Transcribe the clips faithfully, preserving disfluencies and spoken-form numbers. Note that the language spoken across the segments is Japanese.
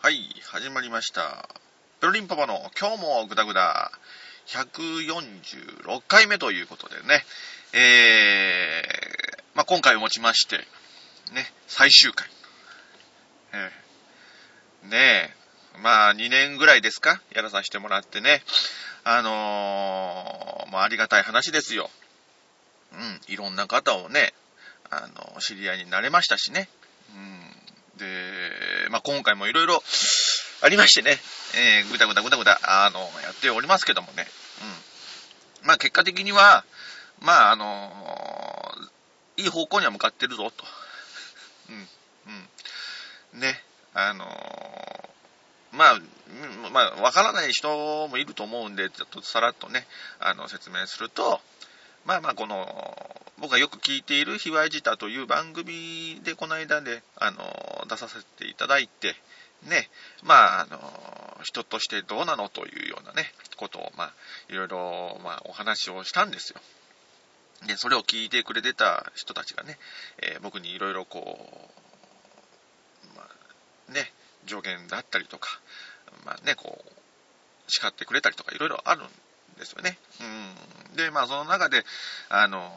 はい、始まりました。ペロリンパパの今日もグダグダひゃくよんじゅうろっかいめということでね、えー、まあ、今回をもちまして、ね、最終回。えー、ねえ、まあにねんぐらいですか、やらさせてもらってね、あのー、まあありがたい話ですよ。うん、いろんな方をね、あの、知り合いになれましたしね。うん、で、まあ今回もいろいろありましてね、えー、ぐだぐだぐだぐだ、あの、やっておりますけどもね。うん。まあ結果的には、まああのー、いい方向には向かってるぞと。うん。うん。ね。あのー、まあ、まあ、わからない人もいると思うんで、ちょっとさらっとね、あの、説明すると、まあまあ、この、僕がよく聞いている卑猥ジタという番組でこの間で、あの、出させていただいて、ね、まあ、あの、人としてどうなのというようなね、ことを、まあ、いろいろ、まあ、お話をしたんですよ。で、それを聞いてくれてた人たちがね、えー、僕にいろいろこう、まあ、ね、助言だったりとか、まあね、こう、叱ってくれたりとかいろいろあるんですよね。うん。で、まあその中で、あの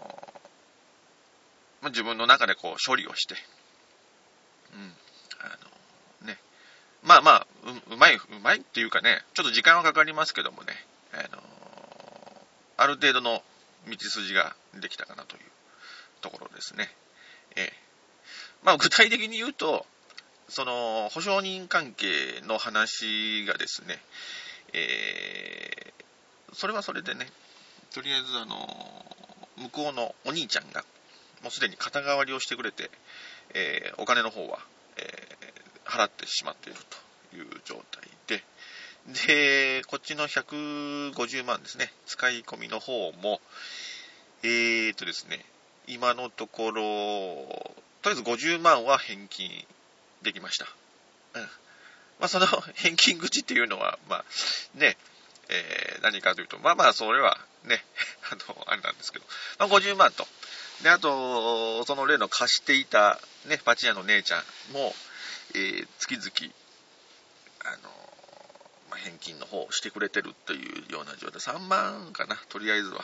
ー、自分の中でこう処理をして、うん。あのー、ね。まあまあ、う、うまい、うまいっていうかね、ちょっと時間はかかりますけどもね、あのー、ある程度の道筋ができたかなというところですね。ええ。まあ具体的に言うと、その、保証人関係の話がですね、えー、それはそれでね、とりあえずあの、向こうのお兄ちゃんが、もうすでに肩代わりをしてくれて、えー、お金の方は、えー、払ってしまっているという状態で、で、こっちのひゃくごじゅうまんですね、使い込みの方も、えーとですね、今のところ、とりあえずごじゅうまんは返金できました。うん。まあ、その返金口っていうのは、まあ、ね、えー、何かというと、まあまあ、それはね、あの、あれなんですけど、まあ、ごじゅうまんと。で、あと、その例の貸していた、ね、パチ屋の姉ちゃんも、えー、月々、あの、まあ、返金の方をしてくれてるというような状態。さんまんかな、とりあえずは。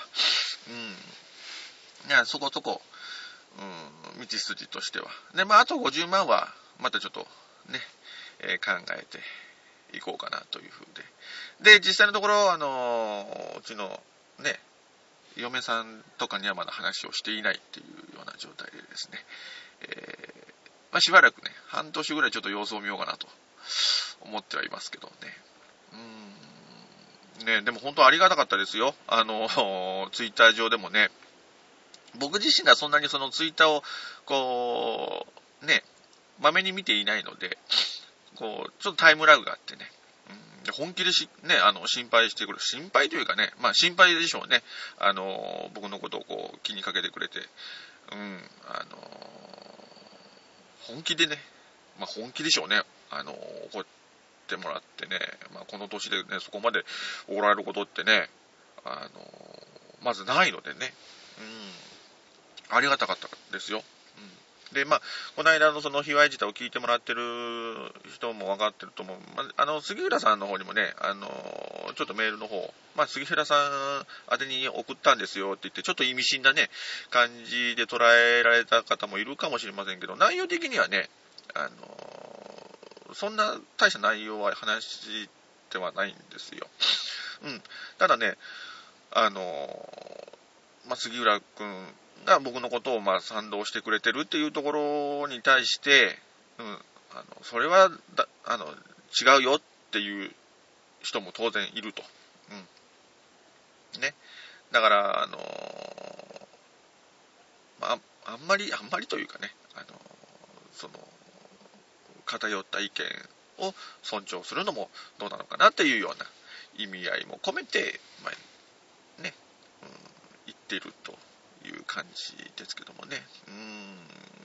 うん。いや、そこそこ、うん、道筋としては。で、まあ、あとごじゅうまんは、またちょっと、ね、えー、考えていこうかなというふうで。で、実際のところ、あのー、うちの、ね、嫁さんとかにはまだ話をしていないっていうような状態でですね、えー、まあ、しばらくね、半年ぐらいちょっと様子を見ようかなと思ってはいますけどね。うーん、ね、でも本当ありがたかったですよ。あの、ツイッター上でもね、僕自身がそんなにそのツイッターを、こう、ね、まめに見ていないので、こう、ちょっとタイムラグがあってね、うん、本気でし、ね、あの、心配してくる。心配というかね、まあ心配でしょうね。あの、僕のことをこう、気にかけてくれて、うん、あの、本気でね、まあ本気でしょうね。あの、怒ってもらってね、まあこの年でね、そこまで怒られることってね、あの、まずないのでね、うん、ありがたかったですよ。うん、で、まあ、この間のその卑猥自体を聞いてもらってる人も分かってると思う。まあ、あの、杉浦さんの方にもね、あの、ちょっとメールの方、まあ、杉浦さん宛てに送ったんですよって言って、ちょっと意味深なね、感じで捉えられた方もいるかもしれませんけど、内容的にはね、あの、そんな大した内容は話してはないんですよ。うん。ただね、あの、まあ、杉浦くんが僕のことをまあ賛同してくれてるっていうところに対して、うん、あのそれはだあの違うよっていう人も当然いると。うん、ね。だから、あのまあ、あんまり、あんまりというかね、あのその、偏った意見を尊重するのもどうなのかなっていうような意味合いも込めて、まあ、ね、うん、言っているという感じですけどもね。うん、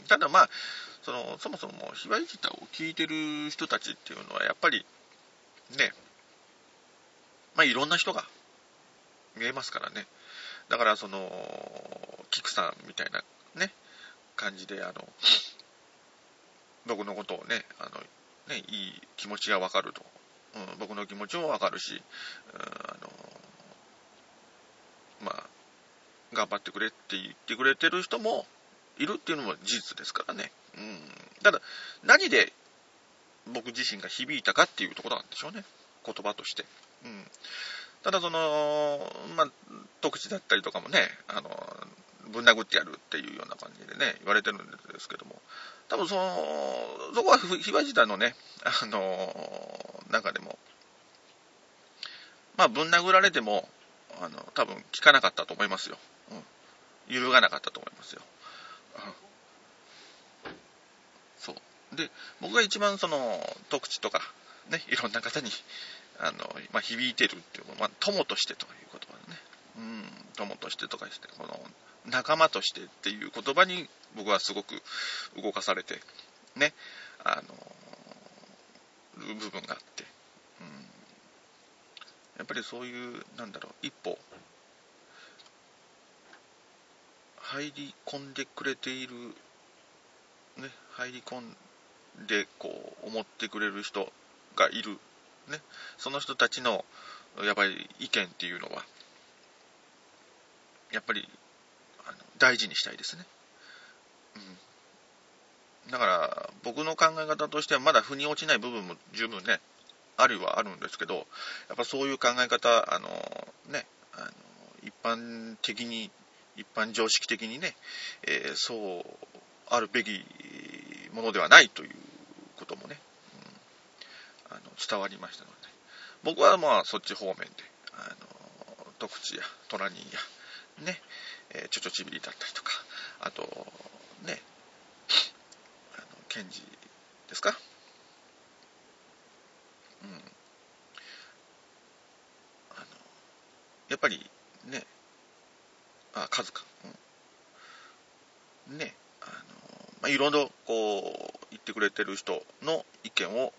ただまあ、その、そもそも卑猥ギターを聴いてる人たちっていうのはやっぱりね、まあいろんな人が見えますからね。だからその、キクさんみたいなね、感じであの、僕のことをね、あの、 ね、いい気持ちがわかると、うん、僕の気持ちもわかるし、うん、あのまあ頑張ってくれって言ってくれてる人もいるっていうのも事実ですからね。うん、ただ何で僕自身が響いたかっていうところなんでしょうね、言葉として。うん、ただその、まあ、特地だったりとかもね、あのぶん殴ってやるっていうような感じでね言われてるんですけども、多分そのそこは被害自体のね、あの中でもまあぶん殴られてもあの多分効かなかったと思いますよ。うん、揺るがなかったと思いますよ。うん、そうで、僕が一番その特地とかね、いろんな方にあの、まあ、響いてるっていう、まあ、友としてという言葉でね、うん、友としてとかして、この仲間としてっていう言葉に僕はすごく動かされてね、あの部分があって、うん、やっぱりそういうなんだろう、一歩入り込んでくれているね、入り込んでこう思ってくれる人がいるね、その人たちのやっぱり意見っていうのはやっぱりあの大事にしたいですね。うん、だから僕の考え方としてはまだ腑に落ちない部分も十分ねあるはあるんですけど、やっぱそういう考え方、あのね、あの一般的に一般常識的にね、えー、そうあるべきものではないということもね、うん、あの伝わりましたので、僕はまあそっち方面で、あの徳地やトラニーやね、えー、ちょちょちびりだったりとか、あとね、あのケンジですか、うん、あのやっぱりね、あ、数か、うん、ね、あのまあ、いろいろこう言ってくれてる人の意見を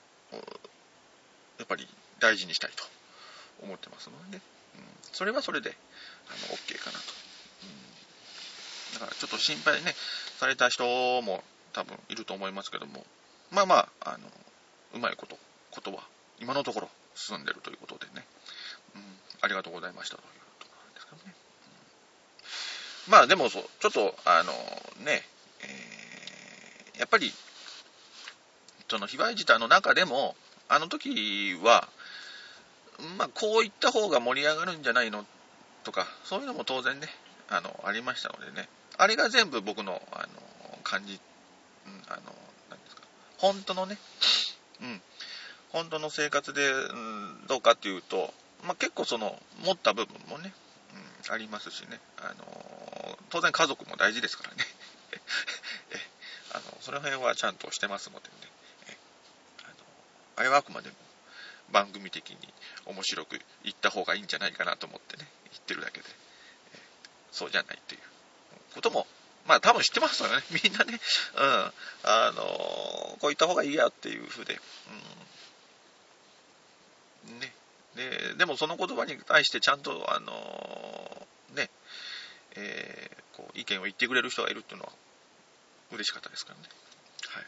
やっぱり大事にしたいと思ってますのでね、うん、それはそれであの OK かなと、うん、だからちょっと心配ねされた人も多分いると思いますけども、まあまあ、あのうまいことことは今のところ進んでるということでね、うん、ありがとうございましたというところなんですけどね、うん、まあでもそうちょっとあのね、えー、やっぱりその被害自体の中でもあの時はまあこういった方が盛り上がるんじゃないのとかそういうのも当然ねあのありましたのでね、あれが全部僕のあの感じ、うん、あの何ですか、本当のね、うん、本当の生活で、うん、どうかっていうと、まあ、結構その持った部分もね、うん、ありますしね、あの当然家族も大事ですからねえあのその辺はちゃんとしてますのでね、えあのあれはあくまでも番組的に面白く言った方がいいんじゃないかなと思ってね言ってるだけで、えそうじゃないっていうこともまあ多分知ってますよねみんなね、うん、あのこう言った方がいいやっていう風で、うん、ね、ででもその言葉に対してちゃんとあのね、えー、こう意見を言ってくれる人がいるっていうのは嬉しかったですからね。はい。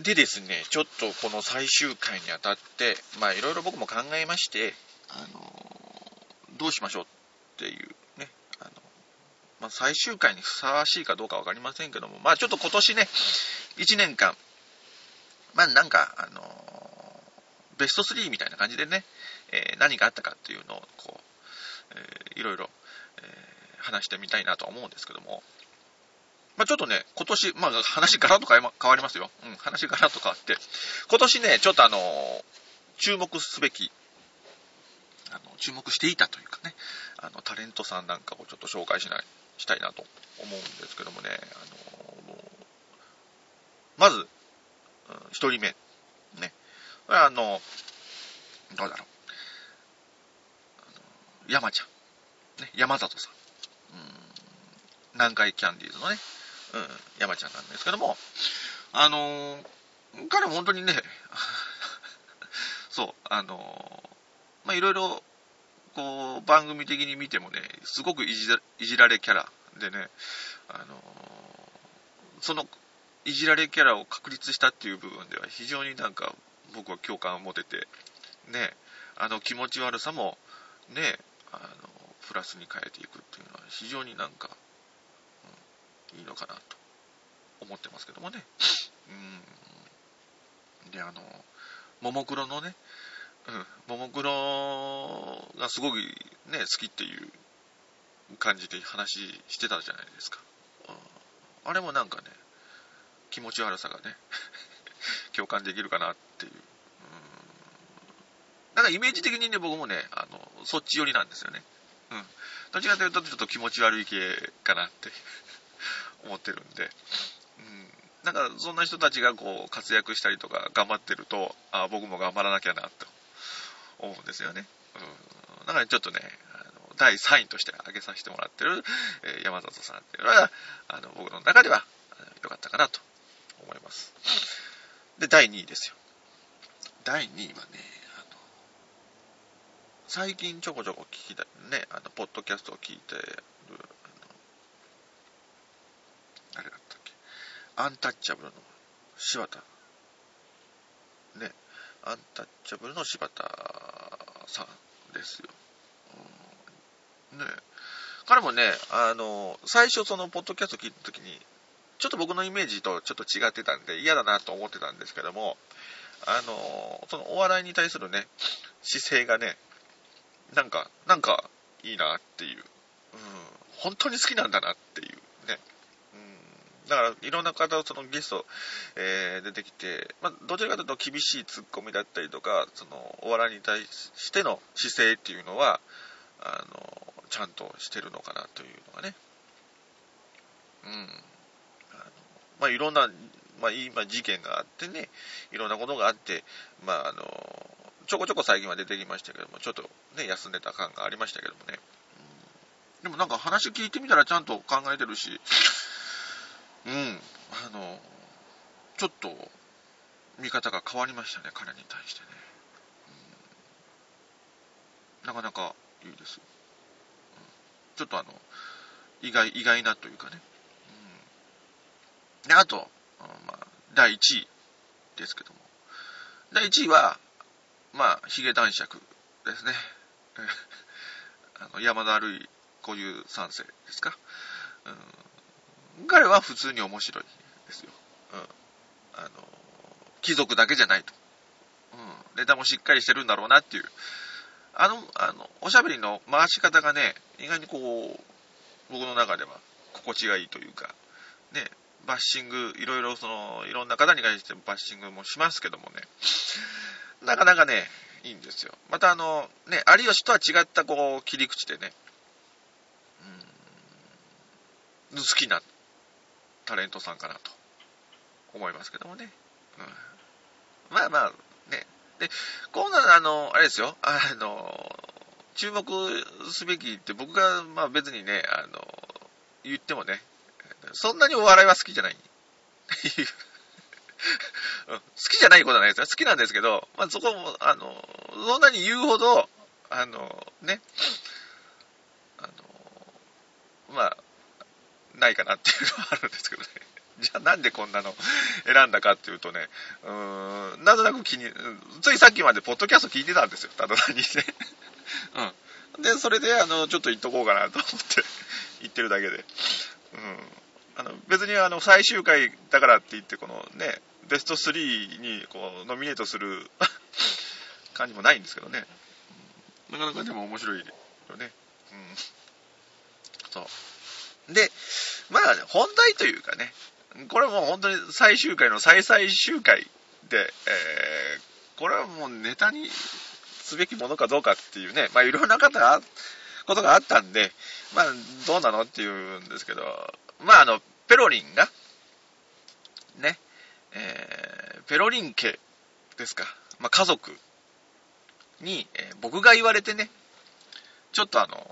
でですね、ちょっとこの最終回にあたって、まあいろいろ僕も考えまして、あのどうしましょうっていうね、あのまあ、最終回にふさわしいかどうかわかりませんけども、まあちょっと今年ね、いちねんかん、まあなんか、あのー、ベストスリーみたいな感じでね、えー、何があったかっていうのを、こう、えー、いろいろ、えー、話してみたいなとは思うんですけども、まあちょっとね、今年、まあ話ガラッと変わりますよ。うん、話ガラッと変わって、今年ね、ちょっとあのー、注目すべき、あの、注目していたというかね、あの、タレントさんなんかをちょっと紹介しない、したいなと思うんですけどもね、あのー、まず、一、うん、人目、ね、これはあの、どうだろう、山ちゃん、ね、山里さん、うん、南海キャンディーズのね、うん、山ちゃんなんですけども、あのー、彼も本当にね、そう、あのー、まあ、いろいろ、こう、番組的に見てもね、すごくいじらいじられキャラでね、あのー、そのいじられキャラを確立したっていう部分では非常になんか僕は共感を持てて、ね、あの気持ち悪さもね、あのプラスに変えていくっていうのは非常になんか、うん、いいのかなと思ってますけどもね。うんで、あのももクロのね、うん、ももクロがすごくね好きっていう感じで話してたじゃないですか。あれもなんかね、気持ち悪さがね共感できるかなっていう。うん、なんかイメージ的にね、僕もね、あのそっち寄りなんですよね。うん。どちらかというとちょっと気持ち悪い系かなって思ってるんで、うん。なんかそんな人たちがこう活躍したりとか頑張ってると、あ、僕も頑張らなきゃなと思うんですよね。うん。だからちょっとね、あのだいさんいとして挙げさせてもらってる、えー、山里さんっていうのは、あの僕の中では良かったかなと思います。で、だいにいですよ。だいにいはね、あの最近ちょこちょこ聞きたいね、あのポッドキャストを聞いてる、あのあれだったっけ、アンタッチャブルの柴田ね、アンタッチャブルの柴田さんですよ。うん、ね、彼もね、あの最初そのポッドキャスト聞いた時にちょっと僕のイメージとちょっと違ってたんで嫌だなと思ってたんですけども、あのそのお笑いに対するね姿勢がね、なんかなんかいいなっていう、うん、本当に好きなんだなっていうね、うん、だからいろんな方そのゲスト、えー、出てきて、まあ、どちらかというと厳しいツッコミだったりとか、そのお笑いに対しての姿勢っていうのはあのちゃんとしてるのかなというのがね、うん、あのまあいろんな、まあ、今事件があってね、いろんなことがあって、まああのちょこちょこ最近は出てきましたけども、ちょっとね休んでた感がありましたけどもね、うん、でもなんか話聞いてみたらちゃんと考えてるし、うん、あのちょっと見方が変わりましたね、彼に対してね、うん、なかなかいいですよ、うん、ちょっとあの意外意外なというかね、うん、であと、まあ、だいいちいですけども、だいいちいはまあヒゲ男爵ですねあの山田るいこういうさん世ですか、うん、彼は普通に面白いですよ、うん、あの貴族だけじゃないと、うん、ネタもしっかりしてるんだろうなっていう、あのあのおしゃべりの回し方がね、意外にこう僕の中では心地がいいというかね、バッシングいろいろそのいろんな方に対してバッシングもしますけどもね、なかなかねいいんですよ。またあのね、有吉とは違ったこう切り口でね、うん、好きなタレントさんかなと思いますけどもね、うん、まあまあね、で今度はあのあれですよ、あの注目すべきって僕がまあ別にね、あの言ってもね、そんなにお笑いは好きじゃない好きじゃないことはないですよ、好きなんですけど、まあ、そこもあのそんなに言うほどあのね、あのまあないかなっていうのはあるんですけどね。じゃあなんでこんなの選んだかっていうとね、うーん、なんとなく気に、ついさっきまでポッドキャスト聞いてたんですよ、ただ単にね。うん。で、それで、あの、ちょっと言っとこうかなと思って言ってるだけで。うん。あの、別にあの、最終回だからって言って、このね、ベストスリーにこう、ノミネートする感じもないんですけどね。うん、なかなかでも面白いよね。うん。そう。で、まあ、本題というかね、これはもう本当に最終回の最最終回で、えー、これはもうネタにすべきものかどうかっていうね、まあいろんな方が、ことがあったんで、まあどうなのっていうんですけど、まああの、ペロリンが、ね、えー、ペロリン家ですか、まあ家族に、えー、僕が言われてね、ちょっとあの、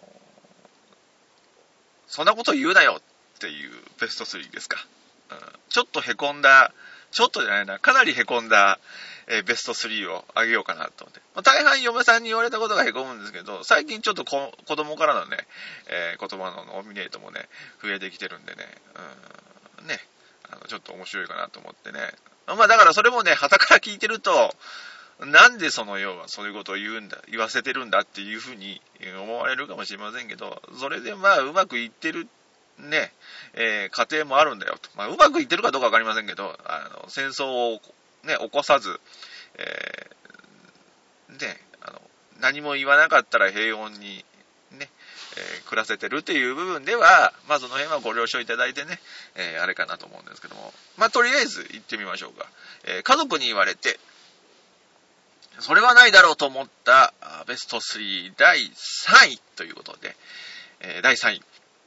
そんなこと言うなよっていうベストスリーですか。うん、ちょっと凹んだ、ちょっとじゃないな、かなり凹んだ、えー、ベストスリーをあげようかなと思って。まあ、大半嫁さんに言われたことが凹むんですけど、最近ちょっとこ子供からのね、えー、言葉のノミネートもね、増えてきてるんでね、うん、ね、 あのちょっと面白いかなと思ってね。まあだからそれもね、傍から聞いてると、なんでその要はそういうことを言うんだ、言わせてるんだっていうふうに思われるかもしれませんけど、それでまあうまくいってるね、えー、過程もあるんだよと。まあうまくいってるかどうかわかりませんけど、あの、戦争をね、起こさず、えー、で、あの、何も言わなかったら平穏にね、えー、暮らせてるっていう部分では、まあその辺はご了承いただいてね、えー、あれかなと思うんですけども、まあとりあえず行ってみましょうか。えー、家族に言われて、それはないだろうと思ったベストスリーだいさんいということで、えー、だいさんい、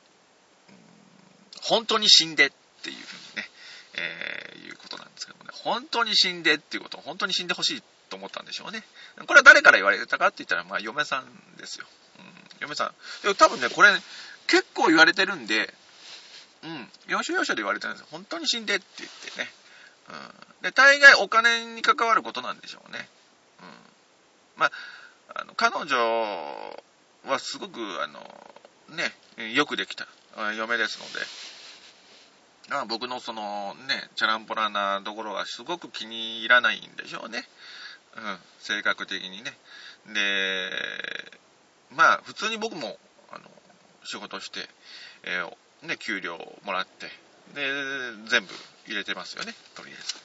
本当に死んでっていうふうにね、えー、いうことなんですけどもね、本当に死んでっていうことを本当に死んでほしいと思ったんでしょうね。これは誰から言われたかって言ったら、まあ嫁さんですよ。うん、嫁さん。多分ね、これ、ね、結構言われてるんで、うん、要所要所で言われてるんですよ。本当に死んでって言ってね。うん、で、大概お金に関わることなんでしょうね。うん、まあ、あの、彼女はすごく、あの、ね、よくできた嫁ですので、あ僕のそのね、チャランポラなところがすごく気に入らないんでしょうね。うん、性格的にね。で、まあ、普通に僕も、あの、仕事して、えー、ね、給料もらって、で、全部入れてますよね、とりあえず。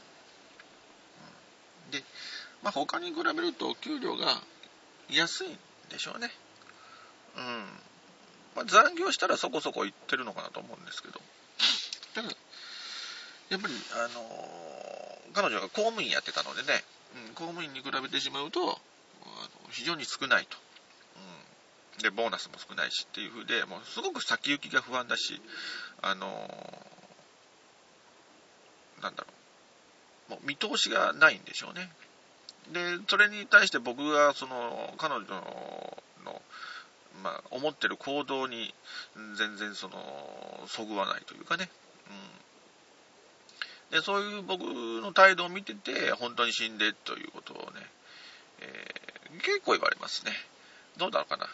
うん、で、まあ、他に比べると給料が安いんでしょうね。うん。まあ、残業したらそこそこ行ってるのかなと思うんですけど。ただ、やっぱり、あのー、彼女が公務員やってたのでね、うん、公務員に比べてしまうと、あの非常に少ないと。うん。で、ボーナスも少ないしっていう風で、もうすごく先行きが不安だし、あのー、なんだろう、もう見通しがないんでしょうね。で、それに対して僕が、その、彼女の、まあ、思ってる行動に全然そのそぐわないというかね、うん、でそういう僕の態度を見てて本当に死んでということをね、えー、結構言われますね。どうだろうかな、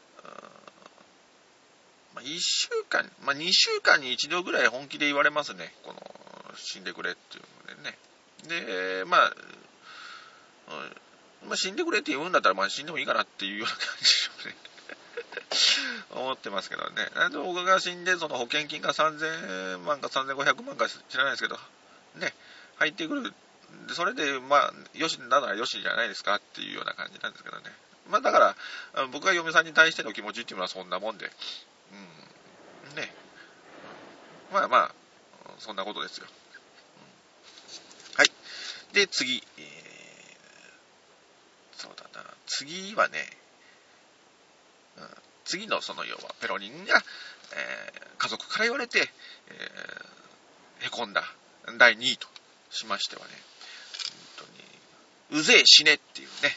まあ、いっしゅうかん、まあ、にしゅうかんに一度ぐらい本気で言われますね、この死んでくれっていうのでね。でまあ、うん、まあ、死んでくれって言うんだったらまあ死んでもいいかなっていうような感じでね思ってますけどね。なんで僕が死んで、その保険金がさんぜんまんかさんぜんごひゃくまんか知らないですけど、ね、入ってくる。それで、まあ、よし、ならよしじゃないですかっていうような感じなんですけどね。まあだから、僕が嫁さんに対しての気持ちっていうのはそんなもんで、うん、ね、まあまあ、そんなことですよ。はい。で、次、えー、そうだな、次はね、うん、次のその要はペロリンが、えー、家族から言われて、えー、へこんだだいにいとしましてはね、本当にうぜえ死ねっていうね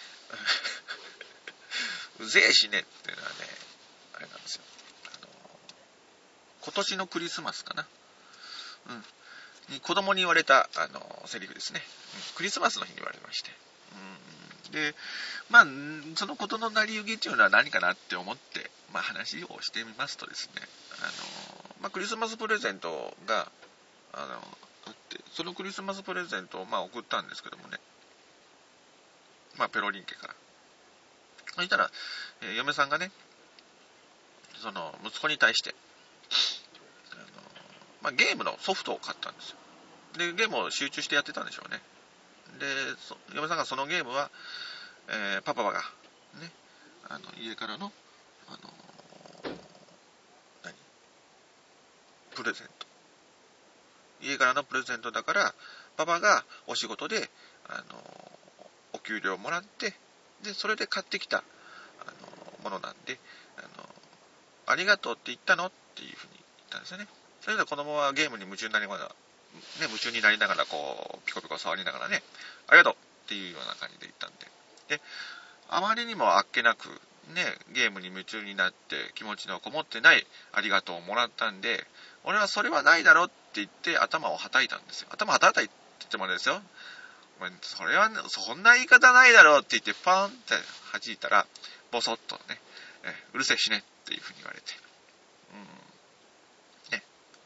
うぜえ死ねっていうのはね、あれなんですよ、あの今年のクリスマスかな、うん、に子供に言われたあのセリフですね、うん、クリスマスの日に言われまして、うん、でまあそのことの成り行きっていうのは何かなって思って、まあ、話をしてみますとですね、あの、まあ、クリスマスプレゼントがあのあって、そのクリスマスプレゼントをまあ送ったんですけどもね、まあ、ペロリン家から。そしたら、えー、嫁さんがね、その息子に対して、あの、まあ、ゲームのソフトを買ったんですよ。で、ゲームを集中してやってたんでしょうね。で、嫁さんがそのゲームは、えー、パパが、ね、あの家からの、あの何プレゼント。家からのプレゼントだから、パパがお仕事で、あのお給料をもらって、で、それで買ってきた、あのものなんで、あのありがとうって言ったのっていうふうに言ったんですよね。それで子供はゲームに夢中になりながら、ね、夢中になりながら、こう、ピコピコ触りながらね、ありがとうっていうような感じで言ったんで。で、あまりにもあっけなく、ね、ゲームに夢中になって気持ちのこもってないありがとうをもらったんで、俺はそれはないだろって言って頭をはたいたんですよ。頭はたいたって言ってもあれですよ。それは、ね、そんな言い方ないだろうって言ってパーンって弾いたら、ボソッとね、えうるせえしねっていう風に言われて。うんね、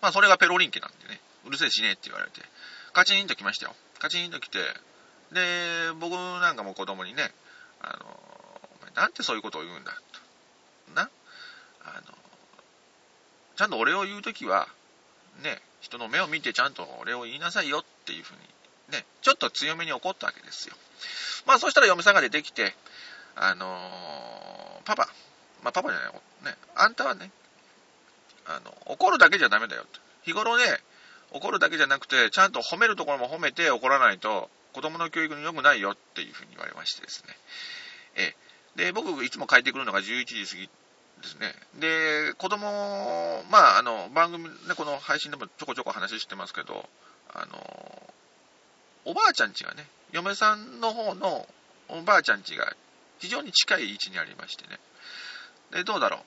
まあそれがペロリン家なんでね、うるせえしねえって言われて、カチンと来ましたよ。カチンと来て、で、僕なんかも子供にね、あの、お前なんてそういうことを言うんだと。な、あの、ちゃんと俺を言うときは、ね、人の目を見てちゃんと俺を言いなさいよっていうふうに、ね、ちょっと強めに怒ったわけですよ。まあそしたら嫁さんが出てきて、あのー、パパ、まあパパじゃない、ね、あんたはね、あの、怒るだけじゃダメだよと。日頃ね、怒るだけじゃなくて、ちゃんと褒めるところも褒めて怒らないと、子供の教育に良くないよっていうふうに言われましてですね。えで、僕いつも帰ってくるのがじゅういちじ過ぎですね。で、子供、まあ、あの、番組ね、この配信でもちょこちょこ話してますけど、あの、おばあちゃん家がね、嫁さんの方のおばあちゃん家が非常に近い位置にありましてね。で、どうだろう。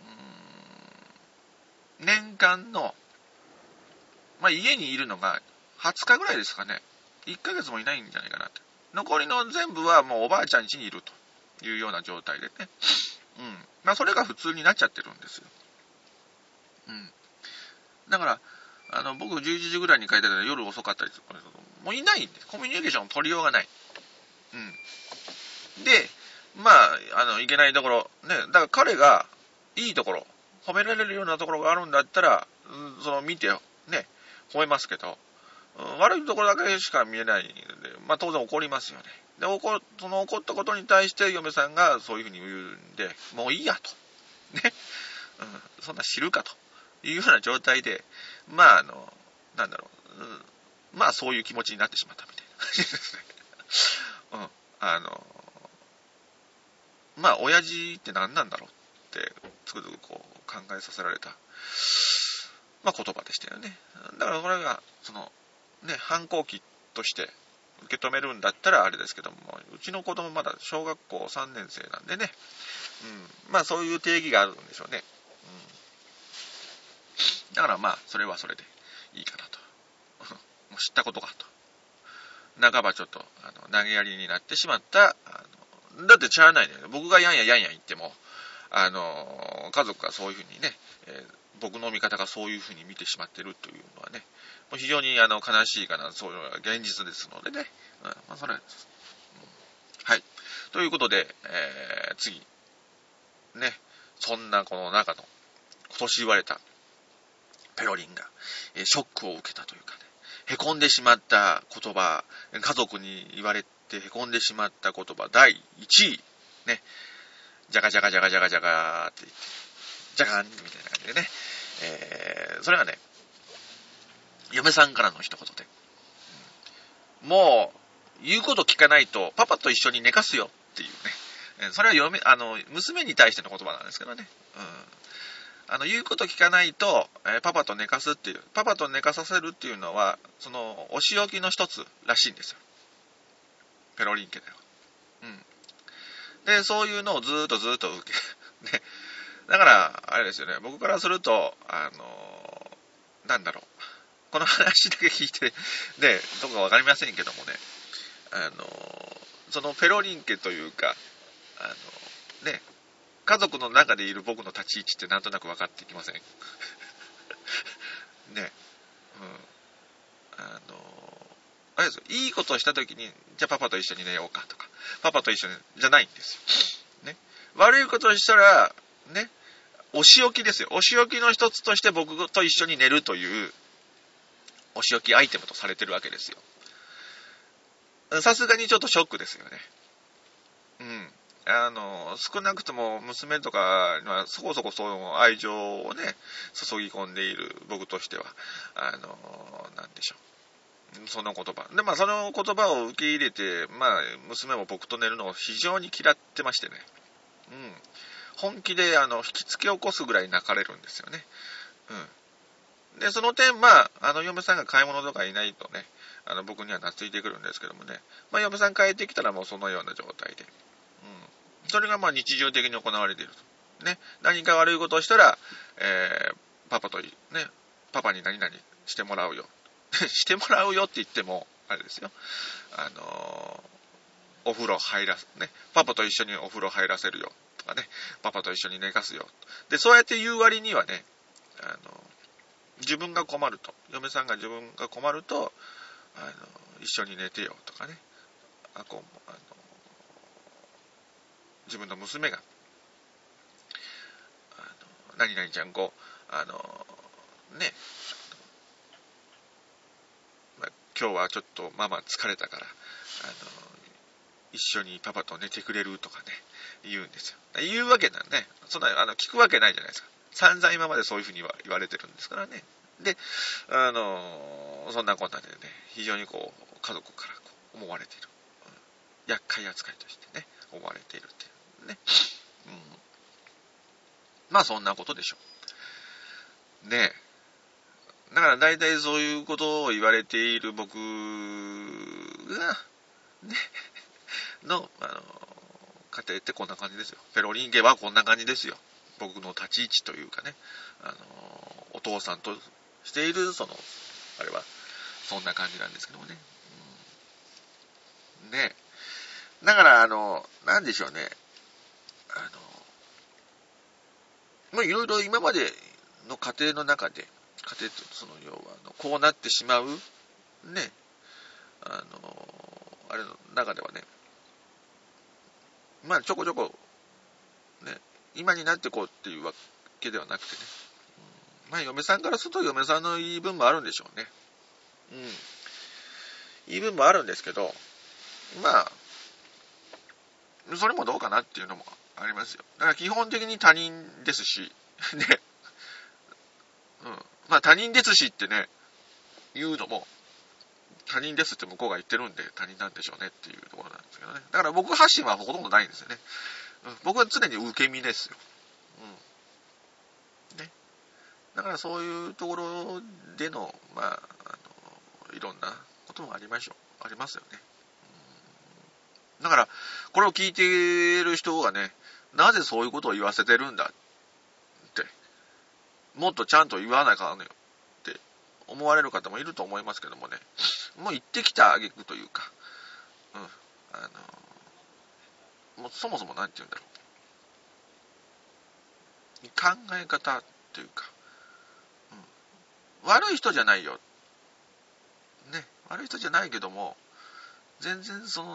うーん年間の、まあ、家にいるのがはつかぐらいですかね。いっかげつもいないんじゃないかなと。残りの全部はもうおばあちゃん家にいるというような状態でね。うん。まあ、それが普通になっちゃってるんですよ。うん。だから、あの、僕じゅういちじぐらいに帰ってたら夜遅かったりすると、もういないんです。コミュニケーションを取りようがない。うん。で、まあ、あの、いけないところ、ね、だから彼がいいところ、褒められるようなところがあるんだったら、うん、その見て、ね、褒めますけど、うん、悪いところだけしか見えないので、まあ当然怒りますよね。で、怒、その怒ったことに対して嫁さんがそういうふうに言うんで、もういいやと。ね。うん、そんな知るかというような状態で、まああの、なんだろう、うん、まあそういう気持ちになってしまったみたいな感じですね。うん。あの、まあ親父って何なんだろうって、つくづくこう考えさせられた、まあ言葉でしたよね。だからこれが、その、ね、反抗期として受け止めるんだったらあれですけども、うちの子供まだ小学校さんねん生なんでね、うん、まあそういう定義があるんでしょうね。うん、だからまあそれはそれでいいかなと。もう知ったことかと。半ばちょっとあの投げやりになってしまった。あのだってしゃあないね。僕がやんややんや言っても、あの家族がそういうふうにね、えー、僕の味方がそういうふうに見てしまってるというのはね、もう非常にあの悲しいかな、そういうのが現実ですのでね。うん、まあそれはです、うん、はい。ということで、えー、次。ね。そんなこの中の、今年言われたペロリンが、えー、ショックを受けたというかね、凹んでしまった言葉、家族に言われて凹んでしまった言葉、だいいちい、ね。じゃがじゃがじゃがじゃがじゃがって言って、じゃがんみたいな感じでね。えー、それがね、嫁さんからの一言で、もう、言うこと聞かないと、パパと一緒に寝かすよっていうね。それは嫁、あの、娘に対しての言葉なんですけどね。うん。あの、言うこと聞かないと、えー、パパと寝かすっていう、パパと寝かさせるっていうのは、その、お仕置きの一つらしいんですよ。ペロリン家では。うん。で、そういうのをずーっとずーっと受け、ね。だから、あれですよね、僕からすると、あのー、なんだろう。この話だけ聞いて、ね、どこかわかりませんけどもね、あの、そのペロリン家というか、あの、ね、家族の中でいる僕の立ち位置ってなんとなく分かってきませんね、うん。あの、あれですよ、いいことをしたときに、じゃあパパと一緒に寝ようかとか、パパと一緒に、じゃないんですよ。ね。悪いことをしたら、ね、お仕置きですよ。お仕置きの一つとして僕と一緒に寝るという、お仕置きアイテムとされてるわけですよ。さすがにちょっとショックですよね。うん。あの、少なくとも娘とかにはそこそこその愛情をね、注ぎ込んでいる僕としては、あの、なんでしょう。その言葉。で、まあその言葉を受け入れて、まあ娘も僕と寝るのを非常に嫌ってましてね。うん。本気であの、引きつけ起こすぐらい泣かれるんですよね。うん。で、その点、まあ、あの、嫁さんが買い物とかいないとね、あの、僕には懐いてくるんですけどもね、まあ、嫁さん帰ってきたらもうそのような状態で、うん。それがまあ、日常的に行われていると。ね、何か悪いことをしたら、えー、パパと、ね、パパに何々してもらうよ。してもらうよって言っても、あれですよ。あのー、お風呂入らす、ね、パパと一緒にお風呂入らせるよ。とかね、パパと一緒に寝かすよ。で、そうやって言う割にはね、あのー自分が困ると、嫁さんが自分が困ると、あの一緒に寝てよとかね、あこうあの自分の娘があの何々ちゃんこうあのね、まあ、今日はちょっとママ疲れたからあの一緒にパパと寝てくれるとかね言うんですよ。言うわけだね、そんなあの聞くわけないじゃないですか。散々今までそういうふうには言われてるんですからね。で、あのそんなこんなでね、非常にこう家族からこう思われている、うん、厄介扱いとしてね思われているっていうね、うん、まあそんなことでしょうね。だから大体そういうことを言われている僕がねのあの家庭ってこんな感じですよ。ペロリン家はこんな感じですよ。僕の立ち位置というかね、あのお父さんとしているそのあれはそんな感じなんですけどもね、うん、ね、だからあのなんでしょうね、あのもういろいろ今までの家庭の中で、家庭とその要はあのこうなってしまうね、あのあれの中ではね、まあちょこちょこね、今になってこうっていうわけではなくてね、うん、まあ嫁さんからすると嫁さんの言い分もあるんでしょうね。うん。言い分もあるんですけど、まあ、それもどうかなっていうのもありますよ。だから基本的に他人ですし、ね、うん。まあ他人ですしってね、言うのも、他人ですって向こうが言ってるんで他人なんでしょうねっていうところなんですけどね。だから僕発信はほとんどないんですよね。うん、僕は常に受け身ですよ。うん。ね。だからそういうところでの、まあ、あの、いろんなこともありましょう。ありますよね。だから、これを聞いている人がね、なぜそういうことを言わせてるんだって、もっとちゃんと言わないかんのよって思われる方もいると思いますけどもね、もう言ってきた挙句というか、うん、あの、もうそもそもなんて言うんだろう。考え方というか、うん、悪い人じゃないよ。ね、悪い人じゃないけども、全然その、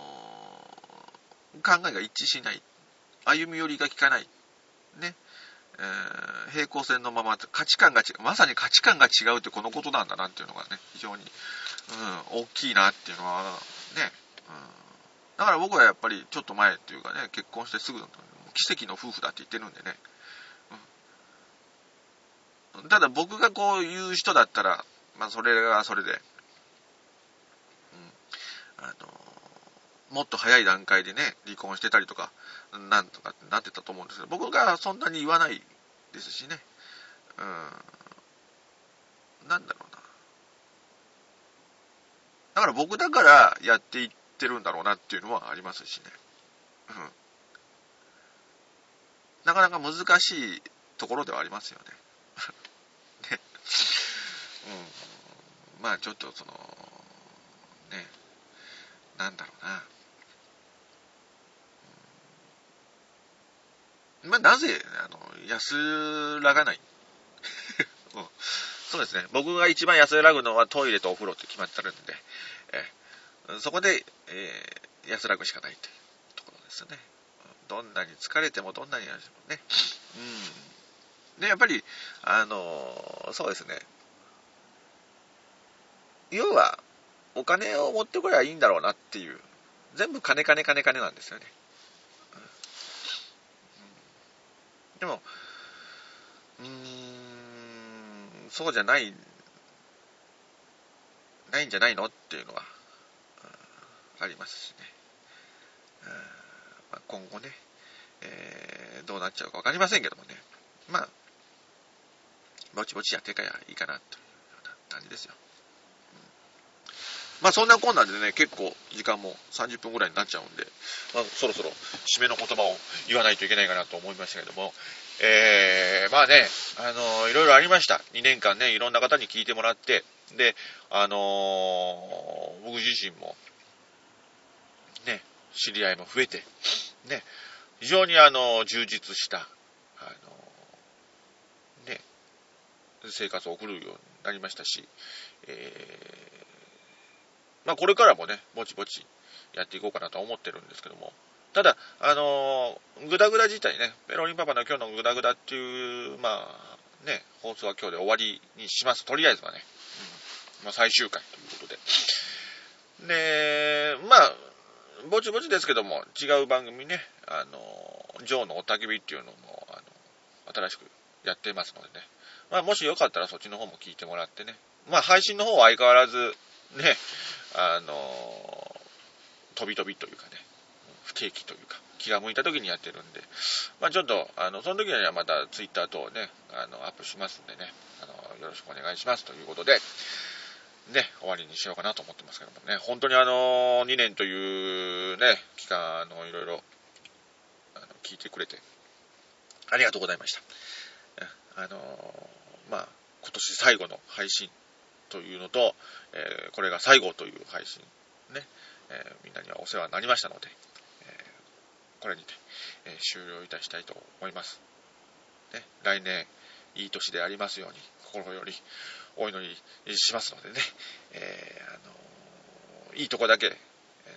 考えが一致しない。歩み寄りが効かない。ね。えー、平行線のまま価値観が違う、まさに価値観が違うってこのことなんだなっていうのがね、非常に、うん、大きいなっていうのはね、うん、だから僕はやっぱりちょっと前っていうかね、結婚してすぐ奇跡の夫婦だって言ってるんでね、うん、ただ僕がこういう人だったら、まあそれがそれで、うん、あのもっと早い段階でね離婚してたりとかなんとかってなってたと思うんですけど、僕がそんなに言わないですしね、うん、なんだろうな、だから僕だからやっていってるんだろうなっていうのはありますしね、うん、なかなか難しいところではありますよね。ね、うん、まあちょっとそのね、なんだろうな、まあなぜあの安らがない、うん、そうですね、僕が一番安らぐのはトイレとお風呂って決まってるんで、えー、そこで、えー、安らぐしかないというところですよね。どんなに疲れてもどんなにやってもね、うん、でやっぱりあのー、そうですね、要はお金を持ってこればいいんだろうなっていう、全部金金金金なんですよね、うん、でもうーんそうじゃないないんじゃないのっていうのはありますしね、まあ、今後ね、えー、どうなっちゃうか分かりませんけどもね、まあぼちぼちやっていかやいいかなというような感じですよ。まあそんなこんなんでね、結構時間もさんじゅっぷんぐらいになっちゃうんで、まあ、そろそろ締めの言葉を言わないといけないかなと思いましたけども、えー、まあね、あのー、いろいろありました。にねんかんね、いろんな方に聞いてもらって、で、あのー、僕自身も、ね、知り合いも増えて、ね、非常にあの、充実した、あのー、ね、 生活を送るようになりましたし、えー、まあこれからもね、ぼちぼちやっていこうかなと思ってるんですけども、ただ、あのー、グダグダ自体ね、ペロリンパパの今日のグダグダっていう、まあ、ね、放送は今日で終わりにします。とりあえずはね。うん、まあ最終回ということで。で、まあ、ぼちぼちですけども、違う番組ね、あの、ジョーのおたけびっていうのも、あの、新しくやってますのでね。まあもしよかったらそっちの方も聞いてもらってね。まあ配信の方は相変わらず、ね、あの、飛び飛びというかね、不定期というか、気が向いた時にやってるんで、まあちょっと、あの、その時にはまたツイッター等をね、あの、アップしますんでね、あの、よろしくお願いしますということで、ね、終わりにしようかなと思ってますけどもね、本当にあの、にねんというね、期間、あの、いろいろ、あの、聞いてくれて、ありがとうございました。あの、まあ今年最後の配信というのと、えー、これが最後という配信、ね、えー、みんなにはお世話になりましたので、これにて、えー、終了いたしたいと思います、ね、来年いい年でありますように心よりお祈りしますのでね、えーあのー、いいとこだけ、あの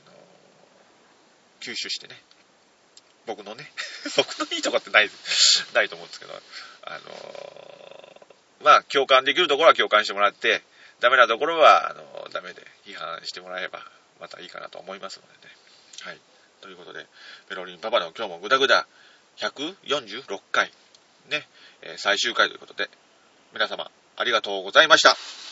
ー、吸収してね、僕のね僕のいいとこってないないと思うんですけど、あのー、まあ共感できるところは共感してもらって、ダメなところはあのー、ダメで批判してもらえればまたいいかなと思いますのでね。はい、ということで、ペロリンパパの今日もグダグダひゃくよんじゅうろっかいね、えー、最終回ということで、皆様ありがとうございました。